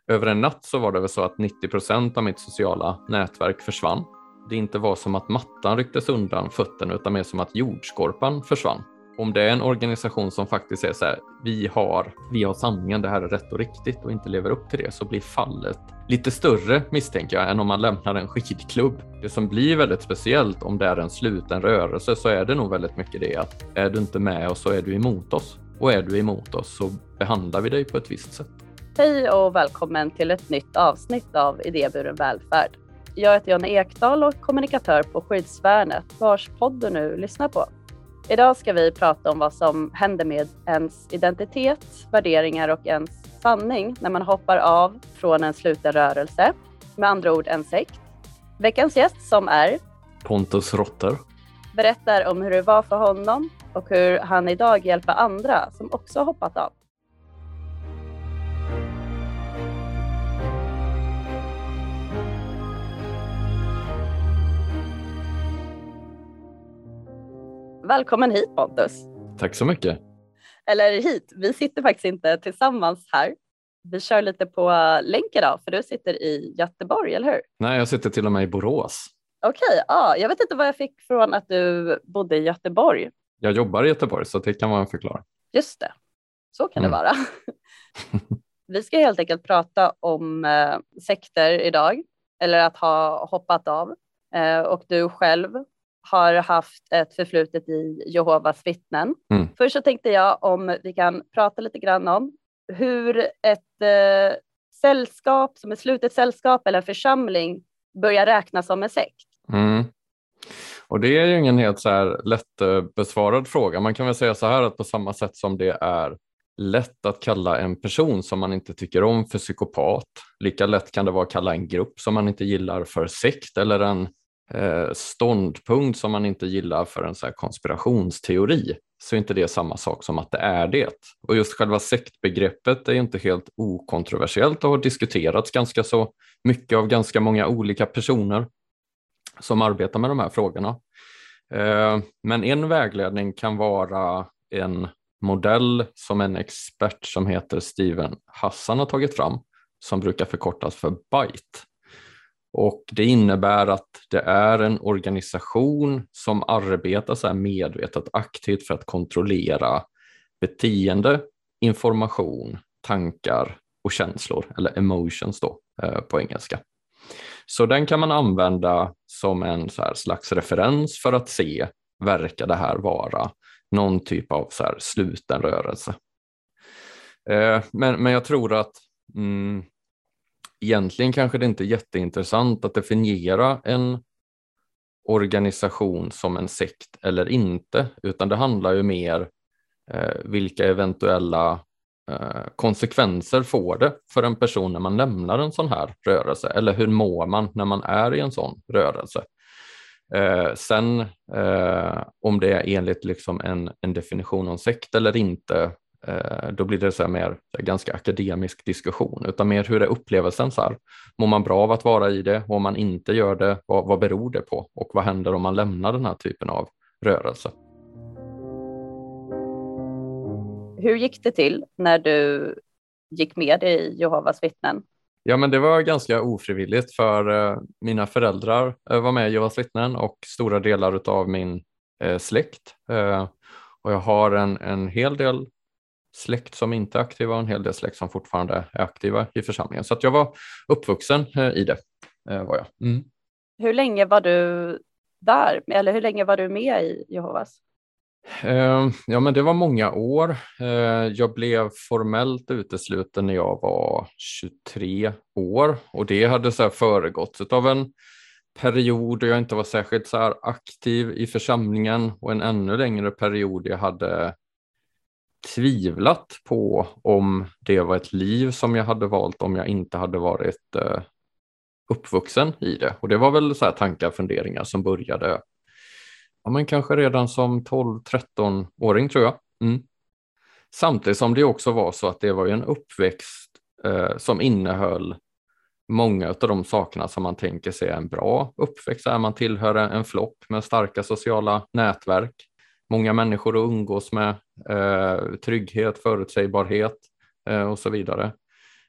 över en natt så var det väl så att 90% av mitt sociala nätverk försvann. Det inte var som att mattan rycktes undan fötterna utan mer som att jordskorpan försvann. Om det är en organisation som faktiskt är så här, vi har sanningen, det här är rätt och riktigt och inte lever upp till det, så blir fallet lite större misstänker jag än om man lämnar en skidklubb. Det som blir väldigt speciellt om det är en sluten rörelse så är det nog väldigt mycket det att är du inte med oss så är du emot oss. Och är du emot oss så behandlar vi dig på ett visst sätt. Hej och välkommen till ett nytt avsnitt av Idéburen välfärd. Jag heter Jonna Ekdahl och kommunikatör på Skidsvärnet, vars podd du nu lyssnar på. Idag ska vi prata om vad som händer med ens identitet, värderingar och ens sanning när man hoppar av från en sluten rörelse, med andra ord en sekt. Veckans gäst som är Pontus Rotter berättar om hur det var för honom och hur han idag hjälper andra som också hoppat av. Välkommen hit Pontus. Tack så mycket. Eller hit, vi sitter faktiskt inte tillsammans här. Vi kör lite på länk idag för du sitter i Göteborg, eller hur? Nej, jag sitter till och med i Borås. Okej, jag vet inte vad jag fick från att du bodde i Göteborg. Jag jobbar i Göteborg så det kan vara en förklaring. Just det, så kan det vara. Vi ska helt enkelt prata om sekter idag, eller att ha hoppat av. Och du själv har haft ett förflutet i Jehovas vittnen. Först så tänkte jag om vi kan prata lite grann om hur ett sällskap som ett slutet sällskap eller församling börjar räknas som en sekt. Och det är ju ingen helt så här lättbesvarad fråga. Man kan väl säga så här att på samma sätt som det är lätt att kalla en person som man inte tycker om för psykopat, lika lätt kan det vara att kalla en grupp som man inte gillar för sekt eller en ståndpunkt som man inte gillar för en så här konspirationsteori, så är inte det samma sak som att det är det. Och just själva sektbegreppet är inte helt okontroversiellt och har diskuterats ganska så mycket av ganska många olika personer som arbetar med de här frågorna. Men en vägledning kan vara en modell som en expert som heter Steven Hassan har tagit fram, som brukar förkortas för BITE. Och det innebär att det är en organisation som arbetar så här medvetet aktivt för att kontrollera beteende, information, tankar och känslor, eller emotions då på engelska. Så den kan man använda som en så här slags referens för att se, verkar det här vara någon typ av så här sluten rörelse. Men jag tror att egentligen kanske det inte är jätteintressant att definiera en organisation som en sekt eller inte, utan det handlar ju mer vilka eventuella konsekvenser får det för en person när man lämnar en sån här rörelse, eller hur mår man när man är i en sån rörelse. Sen om det är enligt liksom en definition av sekt eller inte, då blir det så här mer ganska akademisk diskussion, utan mer hur är upplevelsen så här. Mår man bra av att vara i det? Om man inte gör det, vad beror det på? Och vad händer om man lämnar den här typen av rörelse? Hur gick det till när du gick med i Jehovas vittnen? Ja, men det var ganska ofrivilligt, för mina föräldrar var med i Jehovas vittnen och stora delar av min släkt. Och jag har en hel del släkt som inte är aktiva och en hel del släkt som fortfarande är aktiva i församlingen. Så att jag var uppvuxen i det. Var jag. Hur länge var du där? Eller hur länge var du med i Jehovas? Ja, men det var många år. Jag blev formellt utesluten när jag var 23 år. Och det hade så här föregåtts av en period då jag inte var särskilt så här aktiv i församlingen. Och en ännu längre period jag hade tvivlat på om det var ett liv som jag hade valt om jag inte hade varit uppvuxen i det. Och det var väl så här tankar, funderingar som började men kanske redan som 12-13-åring tror jag. Samtidigt som det också var så att det var ju en uppväxt som innehöll många av de sakerna som man tänker sig är en bra uppväxt. Man tillhör en flock med starka sociala nätverk. Många människor att umgås med, trygghet, förutsägbarhet och så vidare.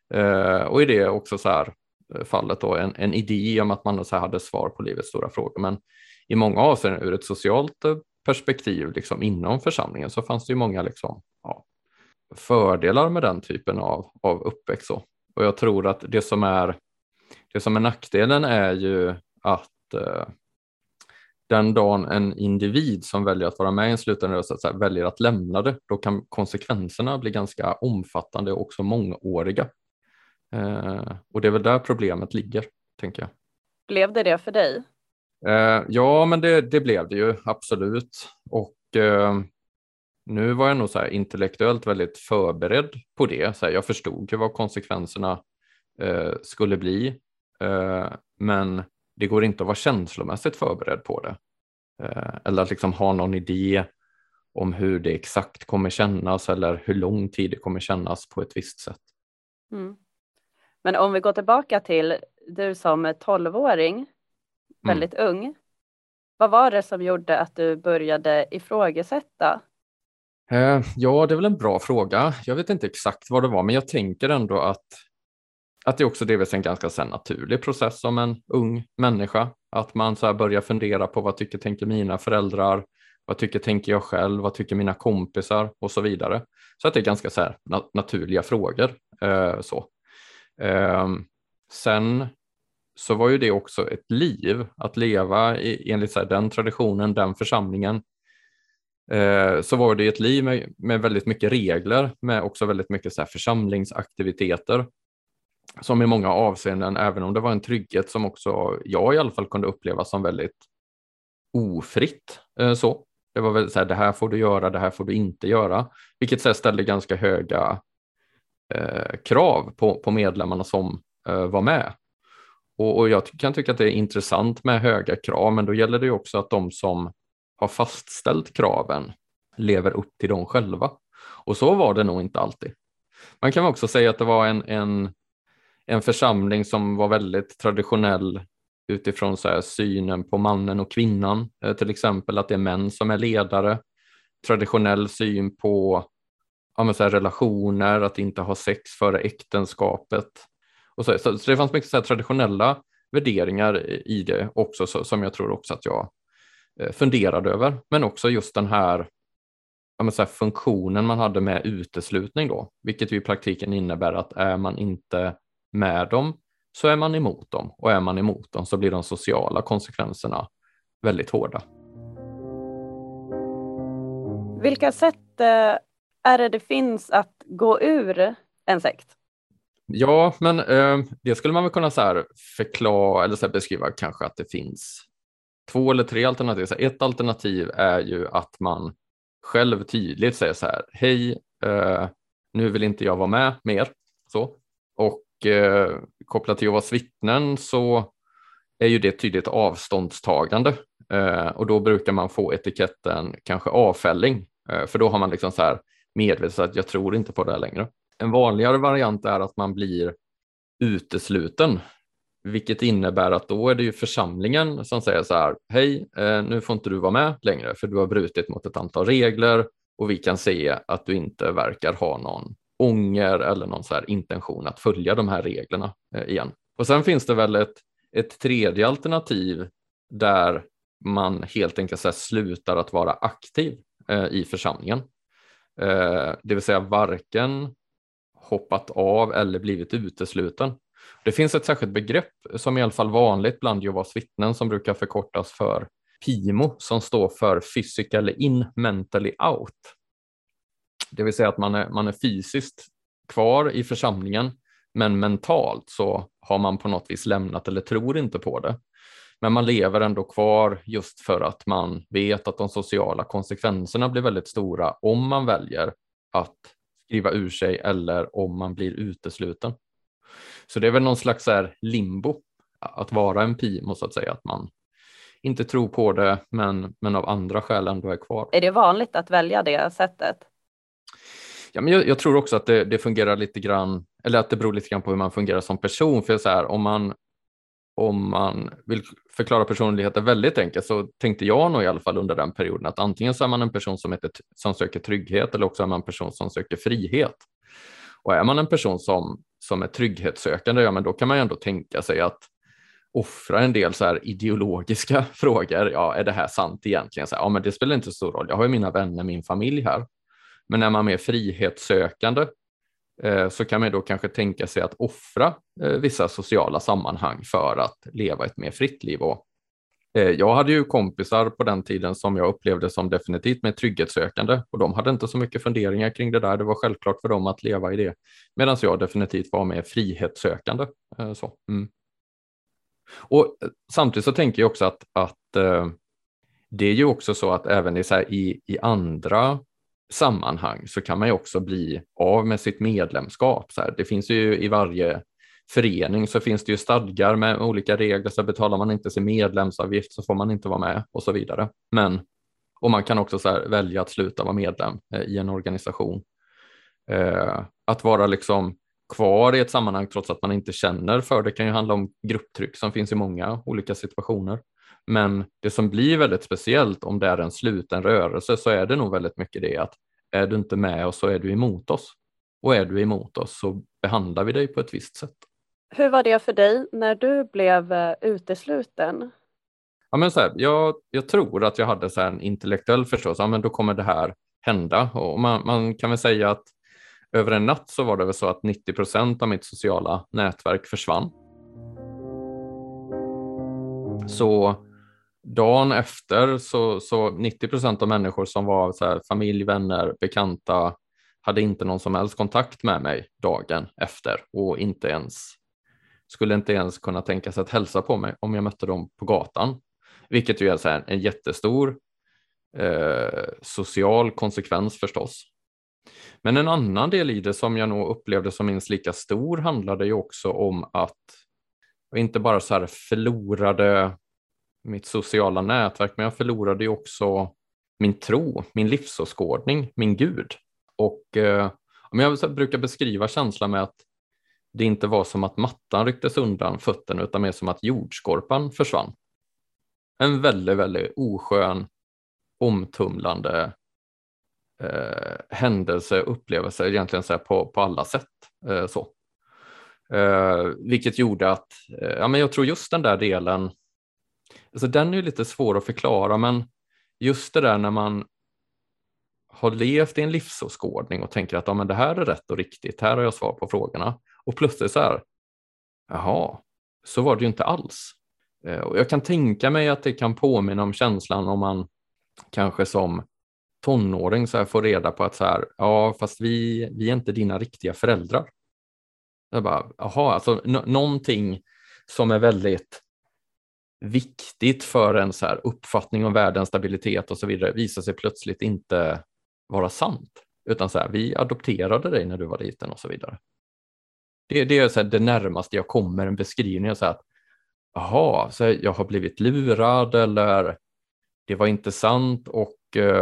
Och i det också så här fallet då en idé om att man så här hade svar på livets stora frågor. Men i många avseenden ur ett socialt perspektiv liksom, inom församlingen så fanns det ju många liksom, fördelar med den typen av uppväxt. Så. Och jag tror att det som är nackdelen är ju att den dagen en individ som väljer att vara med i en sluten rörelse väljer att lämna det, då kan konsekvenserna bli ganska omfattande och också mångåriga. Och det är väl där problemet ligger, tänker jag. Blev det för dig? Ja, men det blev det ju, absolut. Och nu var jag nog så här intellektuellt väldigt förberedd på det. Så här, jag förstod ju vad konsekvenserna skulle bli. Men det går inte att vara känslomässigt förberedd på det. Eller att liksom ha någon idé om hur det exakt kommer kännas eller hur lång tid det kommer kännas på ett visst sätt. Mm. Men om vi går tillbaka till du som 12-åring, väldigt ung. Vad var det som gjorde att du började ifrågasätta? Ja, det är väl en bra fråga. Jag vet inte exakt vad det var, men jag tänker ändå att det också är en ganska så naturlig process som en ung människa. Att man så här börjar fundera på vad tänker mina föräldrar, vad tänker jag själv, vad tycker mina kompisar och så vidare. Så att det är ganska så här naturliga frågor. Sen så var ju det också ett liv att leva enligt så här, den traditionen, den församlingen. Så var det ett liv med väldigt mycket regler, med också väldigt mycket så här församlingsaktiviteter som i många avseenden, även om det var en trygghet som också jag i alla fall kunde uppleva som väldigt ofritt. Så. Det var väl så här, det här får du göra, det här får du inte göra, vilket så här, ställde ganska höga krav på medlemmarna som var med. Och jag kan tycka att det är intressant med höga krav, men då gäller det ju också att de som har fastställt kraven lever upp till dem själva. Och så var det nog inte alltid. Man kan också säga att det var en församling som var väldigt traditionell utifrån så här synen på mannen och kvinnan. Till exempel att det är män som är ledare. Traditionell syn på så här relationer, att inte ha sex före äktenskapet. Och så det fanns mycket så här traditionella värderingar i det också, som jag tror också att jag funderade över. Men också just den här, så här funktionen man hade med uteslutning då. Vilket ju i praktiken innebär att är man inte med dem så är man emot dem. Och är man emot dem så blir de sociala konsekvenserna väldigt hårda. Vilka sätt är det finns att gå ur en sekt? Ja, men det skulle man väl kunna så här förklara eller så här beskriva kanske att det finns 2 eller 3 alternativ. Så ett alternativ är ju att man själv tydligt säger så här: hej, nu vill inte jag vara med mer. Så. Och kopplat till att vara vittnen så är ju det tydligt avståndstagande. Och då brukar man få etiketten kanske avfälling. För då har man liksom så här medvetet att jag tror inte på det här längre. En vanligare variant är att man blir utesluten. Vilket innebär att då är det ju församlingen som säger så här: hej, nu får inte du vara med längre för du har brutit mot ett antal regler och vi kan se att du inte verkar ha någon ånger eller någon så här intention att följa de här reglerna igen. Och sen finns det väl ett tredje alternativ där man helt enkelt så här slutar att vara aktiv i församlingen. Det vill säga varken hoppat av eller blivit utesluten. Det finns ett särskilt begrepp som i alla fall vanligt bland Jehovas vittnen som brukar förkortas för PIMO, som står för physically in, mentally out. Det vill säga att man är fysiskt kvar i församlingen, men mentalt så har man på något vis lämnat eller tror inte på det. Men man lever ändå kvar just för att man vet att de sociala konsekvenserna blir väldigt stora om man väljer att skriva ur sig eller om man blir utesluten. Så det är väl någon slags här limbo att vara en PIMO, så att säga, att man inte tror på det men av andra skäl ändå är kvar. Är det vanligt att välja det sättet? Ja, men jag tror också att det fungerar lite grann, eller att det beror lite grann på hur man fungerar som person. För så här, om man vill förklara personligheten väldigt enkelt så tänkte jag nog i alla fall under den perioden att antingen så är man en person som söker trygghet eller också är man en person som söker frihet. Och är man en person som är trygghetssökande, ja men då kan man ju ändå tänka sig att offra en del så här ideologiska frågor. Ja, är det här sant egentligen? Så här, ja, men det spelar inte så stor roll. Jag har ju mina vänner, min familj här. Men när man är mer frihetssökande så kan man då kanske tänka sig att offra vissa sociala sammanhang för att leva ett mer fritt liv. Och, jag hade ju kompisar på den tiden som jag upplevde som definitivt mer trygghetssökande och de hade inte så mycket funderingar kring det där. Det var självklart för dem att leva i det. Medan jag definitivt var mer frihetssökande. Så. Mm. Och samtidigt så tänker jag också att det är ju också så att även i andra sammanhang så kan man ju också bli av med sitt medlemskap. Så här. Det finns ju i varje förening så finns det ju stadgar med olika regler, så betalar man inte sin medlemsavgift så får man inte vara med och så vidare. Och man kan också så här välja att sluta vara medlem i en organisation. Att vara liksom kvar i ett sammanhang trots att man inte känner för det kan ju handla om grupptryck som finns i många olika situationer. Men det som blir väldigt speciellt om det är en sluten rörelse så är det nog väldigt mycket det att är du inte med oss så är du emot oss. Och är du emot oss så behandlar vi dig på ett visst sätt. Hur var det för dig när du blev utesluten? Ja, men så här, jag tror att jag hade så här en intellektuell förståelse. Ja, men då kommer det här hända. Och man kan väl säga att över en natt så var det väl så att 90% av mitt sociala nätverk försvann. Så dagen efter så 90% av människor som var så här, familj, vänner, bekanta hade inte någon som helst kontakt med mig dagen efter och skulle inte ens kunna tänka sig att hälsa på mig om jag mötte dem på gatan. Vilket ju är så här, en jättestor social konsekvens förstås. Men en annan del i det som jag nog upplevde som minst lika stor handlade ju också om att jag inte bara så här förlorade mitt sociala nätverk, men jag förlorade ju också min tro, min livsåskådning, min Gud. Och jag brukar beskriva känslan med att det inte var som att mattan rycktes undan fötterna utan mer som att jordskorpan försvann. En väldigt, väldigt oskön, omtumlande händelse, upplevelse egentligen så här på alla sätt. Vilket gjorde att men jag tror just den där delen, alltså den är ju lite svår att förklara, men just det där när man har levt i en livsåskådning och tänker att men det här är rätt och riktigt, här har jag svar på frågorna och plötsligt så här, jaha, så var det ju inte alls. Och jag kan tänka mig att det kan påminna om känslan om man kanske som tonåring så här får reda på att så här, ja fast vi är inte dina riktiga föräldrar. Jag bara, jaha, alltså någonting som är väldigt viktigt för en så här uppfattning om världens stabilitet och så vidare visar sig plötsligt inte vara sant. Utan så här, vi adopterade dig när du var liten och så vidare. Det är så här det närmaste jag kommer en beskrivning så att jaha, så jag har blivit lurad eller det var inte sant och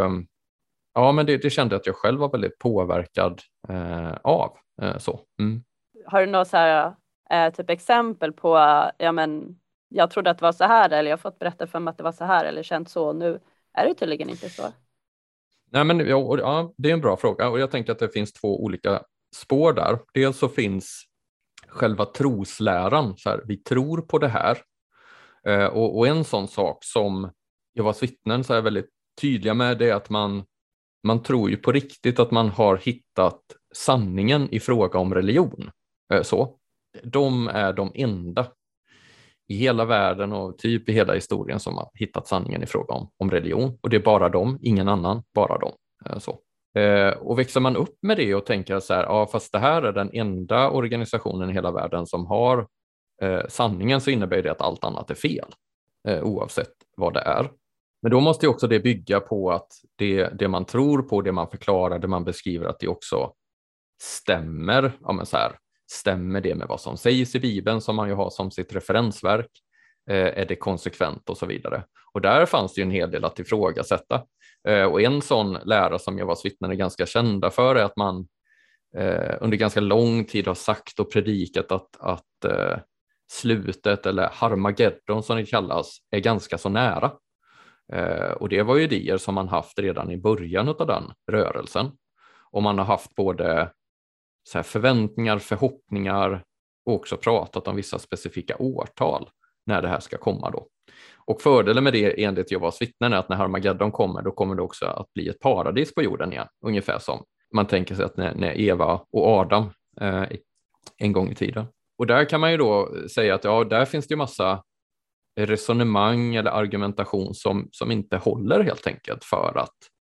ja, men det kände att jag själv var väldigt påverkad av. Så. Mm. Har du något så här, typ exempel på, ja men jag trodde att det var så här eller jag har fått berätta för mig att det var så här eller känt så, nu är det tydligen inte så? Nej, men ja, det är en bra fråga och jag tänker att det finns två olika spår där. Dels så finns själva trosläran, så här, vi tror på det här. Och en sån sak som Jehovas vittnen så är väldigt tydliga med det är att man tror ju på riktigt att man har hittat sanningen i fråga om religion. Så. De är de enda i hela världen och typ i hela historien som har hittat sanningen i fråga om religion. Och det är bara dem, ingen annan, bara dem. Så. Och växer man upp med det och tänker så här, ja fast det här är den enda organisationen i hela världen som har sanningen, så innebär det att allt annat är fel. Oavsett vad det är. Men då måste ju också det bygga på att det man tror på, det man förklarar, det man beskriver, att det också stämmer. Ja, men så här, stämmer det med vad som sägs i Bibeln som man ju har som sitt referensverk? Är det konsekvent och så vidare? Och där fanns det ju en hel del att ifrågasätta. Och en sån lära som Jehovas vittnen är ganska kända för är att man under ganska lång tid har sagt och predikat att slutet, eller Harmageddon som det kallas, är ganska så nära. Och det var ju idéer som man haft redan i början av den rörelsen. Och man har haft både så här förväntningar, förhoppningar och också pratat om vissa specifika årtal när det här ska komma då. Och fördelen med det enligt Jehovas vittnen är att när Harmageddon kommer, då kommer det också att bli ett paradis på jorden igen. Ungefär som man tänker sig att när Eva och Adam en gång i tiden. Och där kan man ju då säga att ja, där finns det ju massa resonemang eller argumentation som inte håller helt enkelt för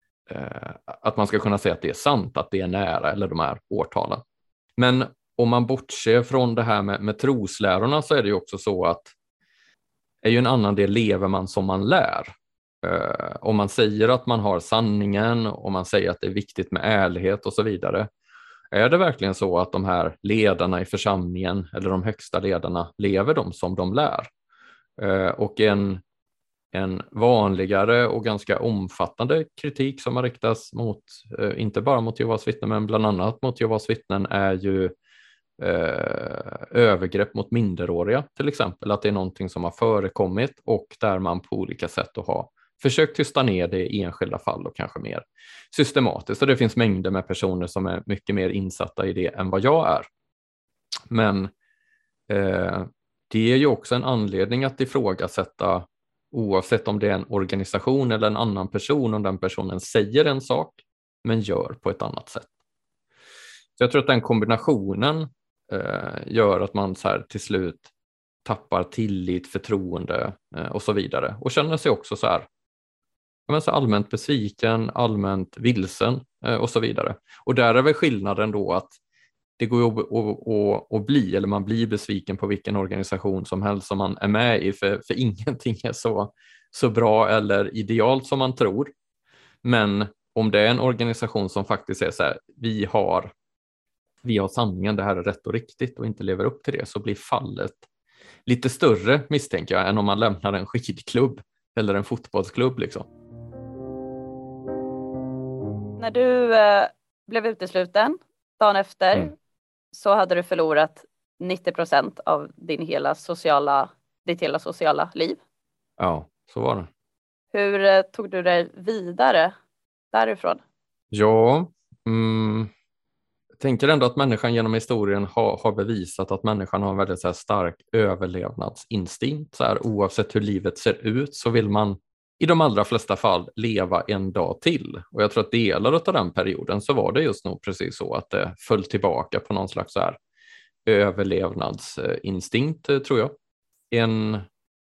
att man ska kunna säga att det är sant, att det är nära eller de här årtalen. Men om man bortser från det här med troslärorna så är det ju också så att är ju en annan del lever man som man lär. Om man säger att man har sanningen, om man säger att det är viktigt med ärlighet och så vidare. Är det verkligen så att de här ledarna i församlingen eller de högsta ledarna lever de som de lär? Och en vanligare och ganska omfattande kritik som har riktats mot, inte bara mot Jehovas vittnen men bland annat mot Jehovas vittnen är ju övergrepp mot minderåriga till exempel, att det är någonting som har förekommit och där man på olika sätt har försökt tysta ner det i enskilda fall och kanske mer systematiskt. Och det finns mängder med personer som är mycket mer insatta i det än vad jag är. Men det är ju också en anledning att ifrågasätta, oavsett om det är en organisation eller en annan person, om den personen säger en sak men gör på ett annat sätt. Så jag tror att den kombinationen gör att man så här till slut tappar tillit, förtroende och så vidare. Och känner sig också så här, så allmänt besviken, allmänt vilsen och så vidare. Och där är väl skillnaden då att det går att bli, eller man blir besviken på vilken organisation som helst som man är med i, för ingenting är så bra eller idealt som man tror. Men om det är en organisation som faktiskt säger så här, vi har sanningen, det här är rätt och riktigt och inte lever upp till det, så blir fallet lite större misstänker jag än om man lämnar en skidklubb eller en fotbollsklubb liksom. När du blev utesluten dagen efter så hade du förlorat 90% av ditt hela sociala liv. Ja, så var det. Hur tog du dig vidare därifrån? Ja, jag tänker ändå att människan genom historien har bevisat att människan har en väldigt så här stark överlevnadsinstinkt. Så här, oavsett hur livet ser ut så vill man i de allra flesta fall leva en dag till. Och jag tror att delar av den perioden så var det just nog precis så att det föll tillbaka på någon slags så här överlevnadsinstinkt, tror jag. En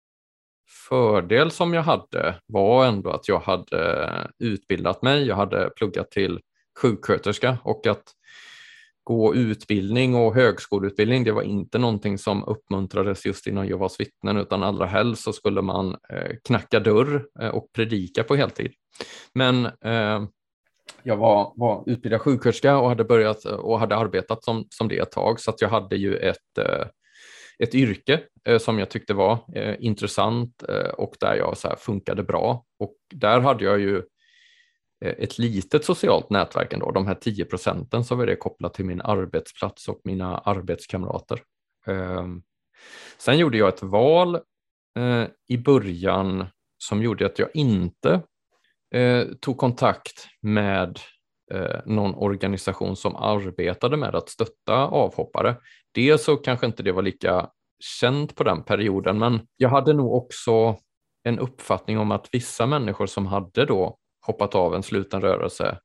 fördel som jag hade var ändå att jag hade utbildat mig. Jag hade pluggat till sjuksköterska och att gå utbildning och högskoleutbildning, det var inte någonting som uppmuntrades just inom Jehovas vittnen, utan allra helst så skulle man knacka dörr och predika på heltid. Men jag var utbildad sjuksköterska och hade börjat och hade arbetat som det ett tag, så att jag hade ju ett yrke som jag tyckte var intressant och där jag så här funkade bra. Och där hade jag ju ett litet socialt nätverk ändå. De här 10% så var det kopplat till min arbetsplats och mina arbetskamrater. Sen gjorde jag ett val i början som gjorde att jag inte tog kontakt med någon organisation som arbetade med att stötta avhoppare. Det så kanske inte det var lika känt på den perioden, men jag hade nog också en uppfattning om att vissa människor som hade då hoppat av en sluten rörelse,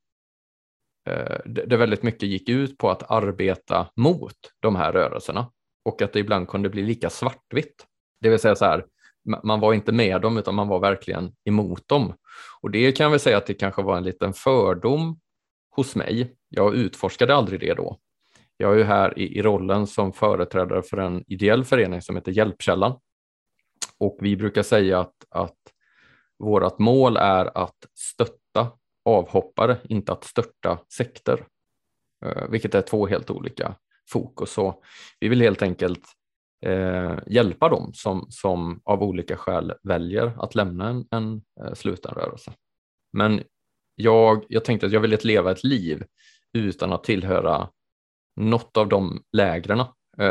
det väldigt mycket gick ut på att arbeta mot de här rörelserna och att det ibland kunde bli lika svartvitt. Det vill säga så här, man var inte med dem utan man var verkligen emot dem. Och det kan jag väl säga att det kanske var en liten fördom hos mig. Jag utforskade aldrig det då. Jag är ju här i rollen som företrädare för en ideell förening som heter Hjälpkällan. Och vi brukar säga att vårt mål är att stötta avhoppare, inte att störta sekter. Vilket är 2 helt olika fokus. Så vi vill helt enkelt hjälpa dem som av olika skäl väljer att lämna en sluten rörelse. Men jag tänkte att jag ville leva ett liv utan att tillhöra något av de lägren.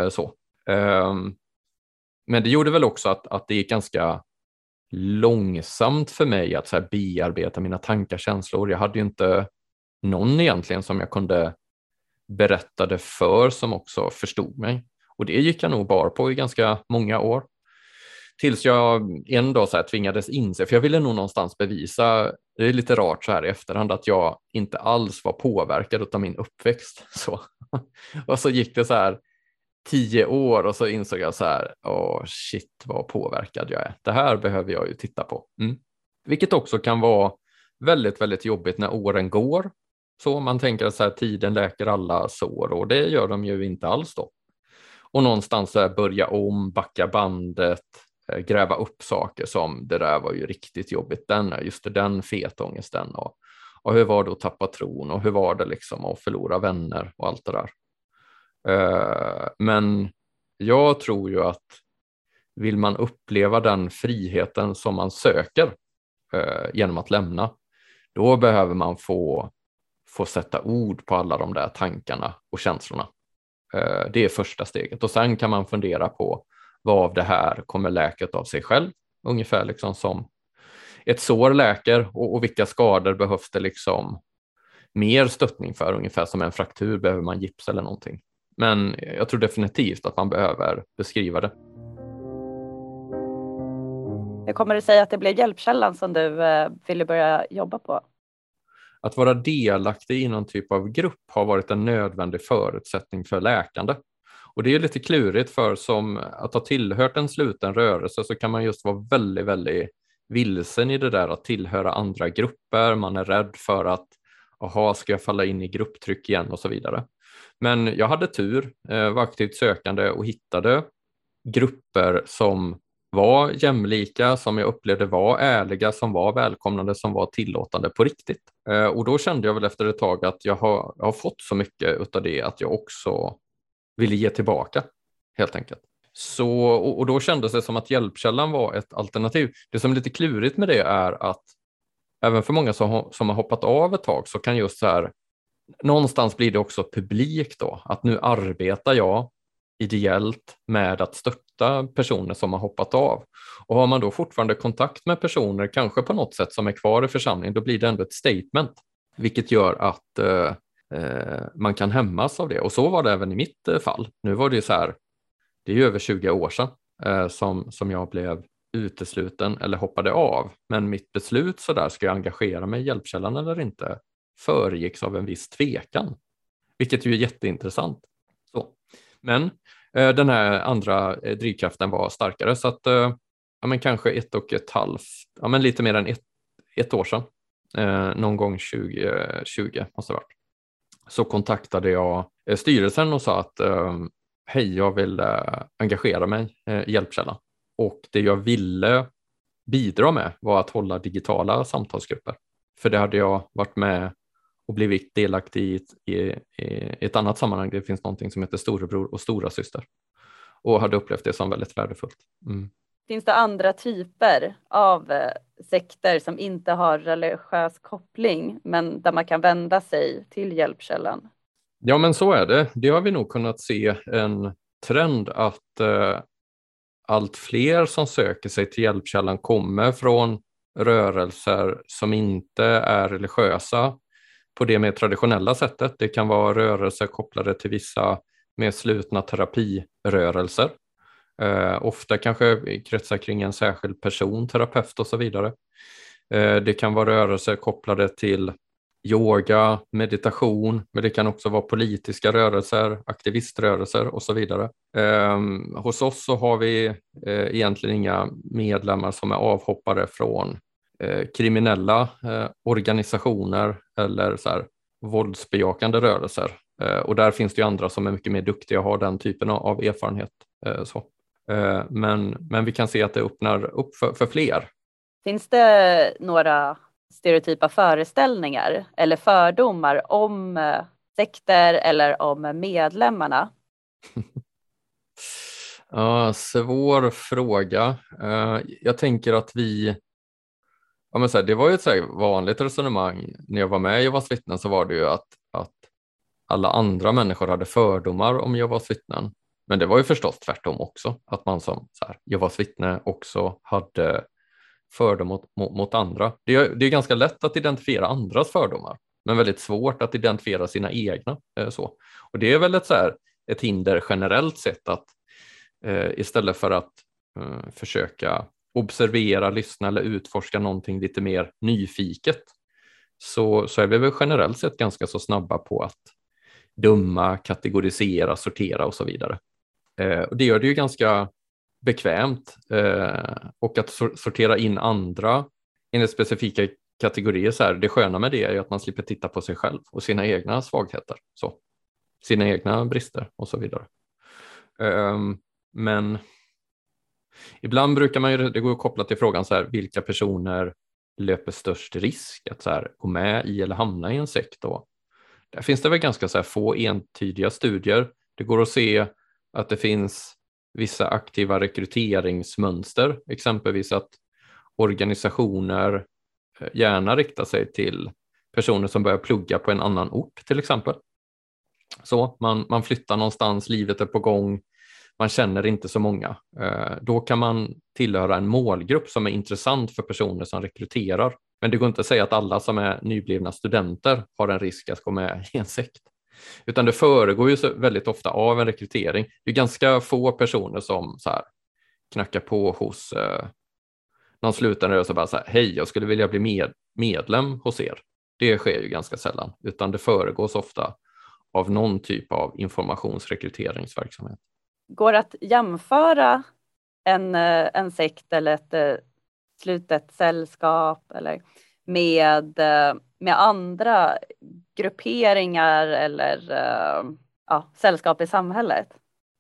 Men det gjorde väl också att det gick ganska långsamt för mig att så här bearbeta mina tankar, känslor. Jag hade ju inte någon egentligen som jag kunde berättade för som också förstod mig. Och det gick jag nog bar på i ganska många år. Tills jag en dag så här tvingades inse, för jag ville nog någonstans bevisa, det är lite rart så här i efterhand, att jag inte alls var påverkad av min uppväxt. Så. Och så gick det så här 10 år och så insåg jag så här, shit vad påverkad jag är. Det här behöver jag ju titta på. Vilket också kan vara väldigt, väldigt jobbigt när åren går. Så man tänker att så här, tiden läker alla sår, och det gör de ju inte alls då. Och någonstans så här, börja om, backa bandet, gräva upp saker som det där var ju riktigt jobbigt, den fetångesten, och hur var det att tappa tron, och hur var det liksom att förlora vänner och allt det där. Men jag tror ju att vill man uppleva den friheten som man söker genom att lämna, då behöver man få sätta ord på alla de där tankarna och känslorna. Det är första steget, och sen kan man fundera på vad av det här kommer läket av sig själv, ungefär liksom som ett sår läker, och vilka skador behövs det liksom mer stöttning för, ungefär som en fraktur behöver man gips eller någonting. Men jag tror definitivt att man behöver beskriva det. Hur kommer det sig att det blev Hjälpkällan som du ville börja jobba på? Att vara delaktig i någon typ av grupp har varit en nödvändig förutsättning för läkande. Och det är lite klurigt, för som att ha tillhört en sluten rörelse så kan man just vara väldigt, väldigt vilsen i det där att tillhöra andra grupper. Man är rädd för att, ska jag falla in i grupptryck igen och så vidare. Men jag hade tur, var aktivt sökande och hittade grupper som var jämlika, som jag upplevde var ärliga, som var välkomnande, som var tillåtande på riktigt. Och då kände jag väl efter ett tag att jag har fått så mycket av det att jag också ville ge tillbaka, helt enkelt. Så, och då kändes det som att Hjälpkällan var ett alternativ. Det som är lite klurigt med det är att även för många som har hoppat av ett tag så kan just så här, någonstans blir det också publik då, att nu arbetar jag ideellt med att stötta personer som har hoppat av. Och har man då fortfarande kontakt med personer, kanske på något sätt som är kvar i församlingen, då blir det ändå ett statement, vilket gör att man kan hämmas av det. Och så var det även i mitt fall. Nu var det ju så här, det är ju över 20 år sedan som jag blev utesluten eller hoppade av. Men mitt beslut så där, ska jag engagera mig i Hjälpkällan eller inte, föregicks av en viss tvekan. Vilket ju är jätteintressant. Så. Men den här andra drivkraften var starkare, så att kanske 1,5, lite mer än ett år sedan, någon gång 2020 måste det varit, så kontaktade jag styrelsen och sa att hej, jag vill engagera mig i Hjälpkällan, och det jag ville bidra med var att hålla digitala samtalsgrupper, för det hade jag varit med och blivit delaktig i ett annat sammanhang. Det finns någonting som heter storebror och stora syster, och hade upplevt det som väldigt värdefullt. Finns det andra typer av sekter som inte har religiös koppling, men där man kan vända sig till Hjälpkällan? Ja, men så är det. Det har vi nog kunnat se en trend att allt fler som söker sig till Hjälpkällan kommer från rörelser som inte är religiösa på det mer traditionella sättet. Det kan vara rörelser kopplade till vissa mer slutna terapirörelser. Ofta kanske kretsar kring en särskild person, terapeut och så vidare. Det kan vara rörelser kopplade till yoga, meditation, men det kan också vara politiska rörelser, aktiviströrelser och så vidare. Hos oss så har vi egentligen inga medlemmar som är avhoppare från kriminella organisationer eller så här våldsbejakande rörelser. Och där finns det ju andra som är mycket mer duktiga och har den typen av erfarenhet. Men vi kan se att det öppnar upp för fler. Finns det några stereotypa föreställningar eller fördomar om sekter eller om medlemmarna? Ja, svår fråga. Jag tänker att det var ju ett så här vanligt resonemang när jag var med i Jehovas vittnen, så var det ju att alla andra människor hade fördomar om Jehovas vittnen. Men det var ju förstås tvärtom också, att man som Jehovas vittne också hade fördom mot andra. Det är ganska lätt att identifiera andras fördomar. men väldigt svårt att identifiera sina egna. Så. Och det är väl ett hinder generellt sett att istället för att försöka observera, lyssna eller utforska någonting lite mer nyfiket, så är vi väl generellt sett ganska så snabba på att döma, kategorisera, sortera och så vidare. Och det gör det ju ganska bekvämt, och att sortera in andra enligt specifika kategorier, det sköna med det är ju att man slipper titta på sig själv och sina egna svagheter, sina egna brister och så vidare. Men ibland brukar man ju, det går att koppla till frågan vilka personer löper störst risk att gå med i eller hamna i en sekt då. Där finns det väl ganska få entydiga studier. Det går att se att det finns vissa aktiva rekryteringsmönster, exempelvis att organisationer gärna riktar sig till personer som börjar plugga på en annan ort till exempel. Så man flyttar någonstans, livet är på gång, man känner inte så många. Då kan man tillhöra en målgrupp som är intressant för personer som rekryterar. Men det går inte att säga att alla som är nyblivna studenter har en risk att gå med i en sekt. Utan det föregår ju så väldigt ofta av en rekrytering. Det är ganska få personer som knackar på hos någon slutande och så bara hej, jag skulle vilja bli medlem hos er. Det sker ju ganska sällan, utan det föregås ofta av någon typ av informationsrekryteringsverksamhet. Går att jämföra en sekt eller ett slutet sällskap eller med andra grupperingar eller sällskap i samhället?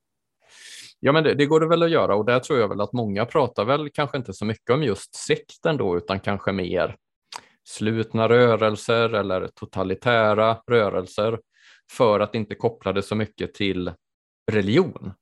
Ja, men det går det väl att göra, och där tror jag väl att många pratar väl kanske inte så mycket om just sekten då, utan kanske mer slutna rörelser eller totalitära rörelser, för att inte koppla det så mycket till religion,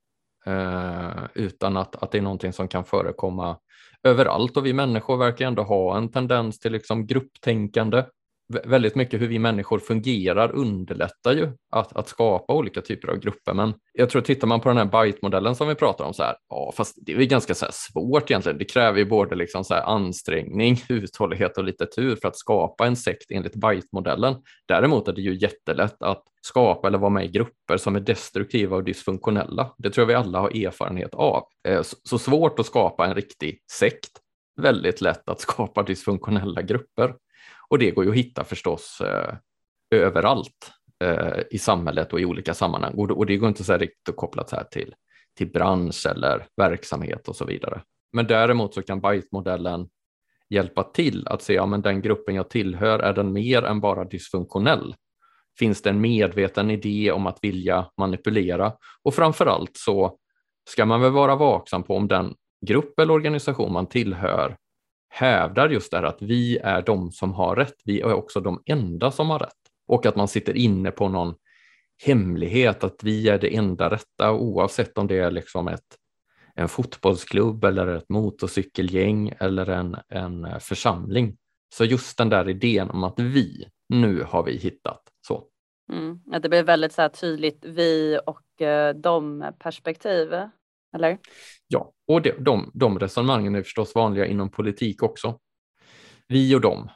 utan att det är någonting som kan förekomma överallt, och vi människor verkar ändå ha en tendens till grupptänkande. Väldigt mycket hur vi människor fungerar underlättar ju att skapa olika typer av grupper, men jag tror, tittar man på den här BITE-modellen som vi pratar om fast det är ju ganska svårt egentligen. Det kräver ju både ansträngning, uthållighet och lite tur för att skapa en sekt enligt BITE-modellen. Däremot är det ju jättelätt att skapa eller vara med i grupper som är destruktiva och dysfunktionella. Det tror jag vi alla har erfarenhet av. Så svårt att skapa en riktig sekt, väldigt lätt att skapa dysfunktionella grupper. Och det går ju att hitta förstås överallt i samhället och i olika sammanhang. Och det går inte riktigt att koppla till bransch eller verksamhet och så vidare. Men däremot så kan BITE-modellen hjälpa till att se, men den gruppen jag tillhör, är den mer än bara dysfunktionell? Finns det en medveten idé om att vilja manipulera? Och framförallt så ska man väl vara vaksam på om den grupp eller organisation man tillhör hävdar just det här att vi är de som har rätt, vi är också de enda som har rätt, och att man sitter inne på någon hemlighet att vi är det enda rätta, oavsett om det är en fotbollsklubb eller ett motorcykelgäng eller en församling. Så just den där idén om att nu har vi hittat så. Att det blir väldigt tydligt vi och de perspektiv, eller? Ja, och de resonemangen är förstås vanliga inom politik också. Vi och dem,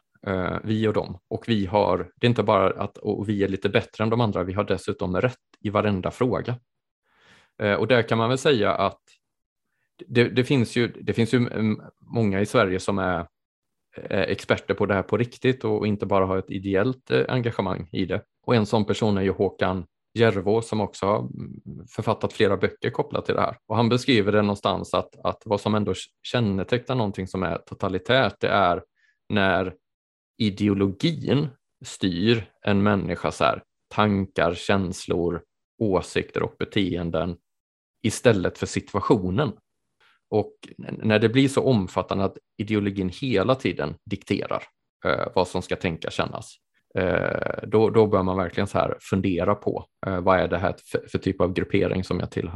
och vi har, det är inte bara att och vi är lite bättre än de andra, vi har dessutom rätt i varenda fråga. Och där kan man väl säga att det finns ju många i Sverige som är experter på det här på riktigt och inte bara har ett ideellt engagemang i det. Och en sån person är ju Håkan Järvå, som också har författat flera böcker kopplat till det här. Och han beskriver det någonstans att vad som ändå kännetecknar någonting som är totalitärt, det är när ideologin styr en människas tankar, känslor, åsikter och beteenden istället för situationen. Och när det blir så omfattande att ideologin hela tiden dikterar vad som ska tänkas, kännas, då bör man verkligen fundera på vad är det här för typ av gruppering som jag tillhör.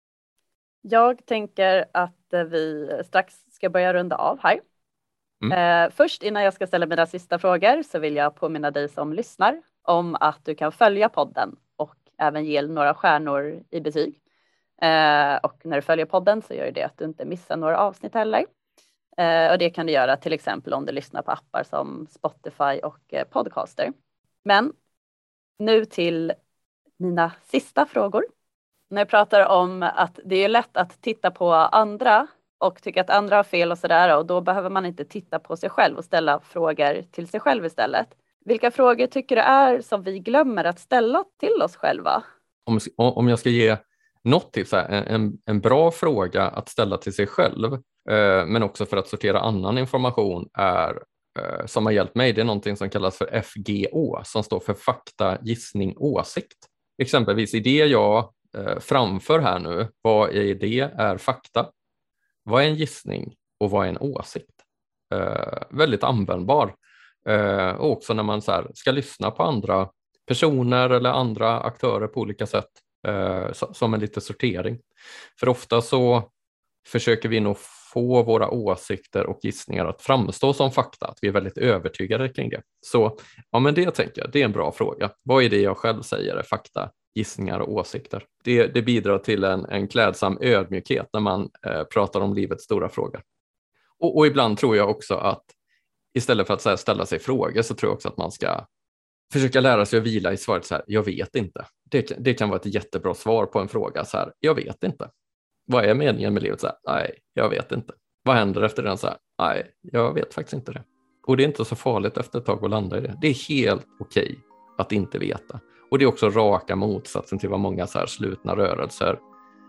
Jag tänker att vi strax ska börja runda av här. Först, innan jag ska ställa mina sista frågor, så vill jag påminna dig som lyssnar om att du kan följa podden och även ge några stjärnor i betyg. Och när du följer podden så gör det att du inte missar några avsnitt heller. Och det kan du göra till exempel om du lyssnar på appar som Spotify och Podcaster. Men nu till mina sista frågor. När jag pratar om att det är lätt att titta på andra och tycka att andra har fel och sådär, och då behöver man inte titta på sig själv och ställa frågor till sig själv istället. Vilka frågor tycker du är som vi glömmer att ställa till oss själva? Om jag ska ge något tips, en bra fråga att ställa till sig själv, men också för att sortera annan information är, som har hjälpt mig, det är någonting som kallas för FGÅ, som står för fakta, gissning, åsikt. Exempelvis i det jag framför här nu, vad i det är fakta, vad är en gissning och vad är en åsikt? Väldigt användbar. Och också när man så här ska lyssna på andra personer eller andra aktörer på olika sätt, som en liten sortering. För ofta så försöker vi nog få våra åsikter och gissningar att framstå som fakta, att vi är väldigt övertygade kring det. Så ja, men det tänker jag, det är en bra fråga. Vad är det jag själv säger är fakta, gissningar och åsikter? Det bidrar till en klädsam ödmjukhet när man pratar om livets stora frågor. Och ibland tror jag också att istället för att så här ställa sig frågor, så tror jag också att man ska försöka lära sig att vila i svaret så här, jag vet inte. Det kan vara ett jättebra svar på en fråga så här, jag vet inte. Vad är meningen med livet? Så här, nej, jag vet inte. Vad händer efter den? Så här, nej, jag vet faktiskt inte det. Och det är inte så farligt efter ett tag att landa i det. Det är helt okej att inte veta. Och det är också raka motsatsen till vad många så här slutna rörelser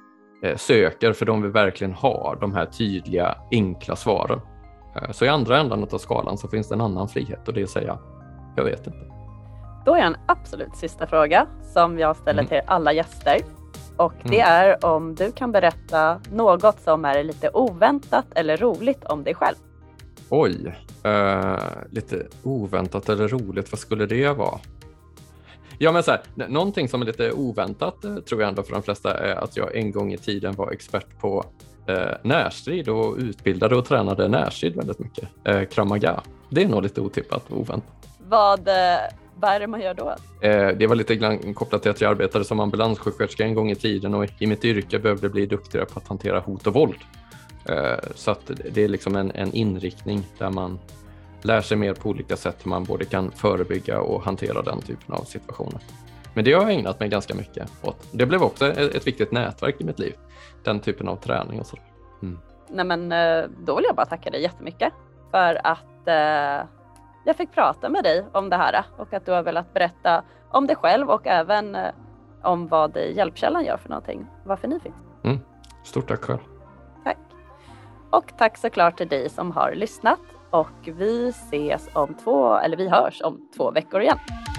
söker, för de vill verkligen ha de här tydliga, enkla svaren. Så i andra ändan av skalan så finns det en annan frihet, och det är att säga, jag vet inte. Då är en absolut sista fråga som jag ställer till alla gäster. Och det är om du kan berätta något som är lite oväntat eller roligt om dig själv. Oj, lite oväntat eller roligt, vad skulle det vara? Ja, men så här, någonting som är lite oväntat tror jag ändå för de flesta är att jag en gång i tiden var expert på närstrid och utbildade och tränade närstrid väldigt mycket. Krav Maga. Det är nog lite otippat och oväntat. Vad är det man gör då? Det var lite grann kopplat till att jag arbetade som ambulanssjuksköterska en gång i tiden, och i mitt yrke behövde bli duktigare på att hantera hot och våld. Så att det är liksom en inriktning där man lär sig mer på olika sätt hur man både kan förebygga och hantera den typen av situationer. Men det har jag ägnat mig ganska mycket åt. Det blev också ett viktigt nätverk i mitt liv. Den typen av träning och sådär. Nej, men då vill jag bara tacka dig jättemycket för att jag fick prata med dig om det här, och att du har velat berätta om dig själv och även om vad Hjälpkällan gör för någonting. Varför ni finns. Stort tack själv. Tack. Och tack såklart till dig som har lyssnat. Och vi hörs om 2 veckor igen.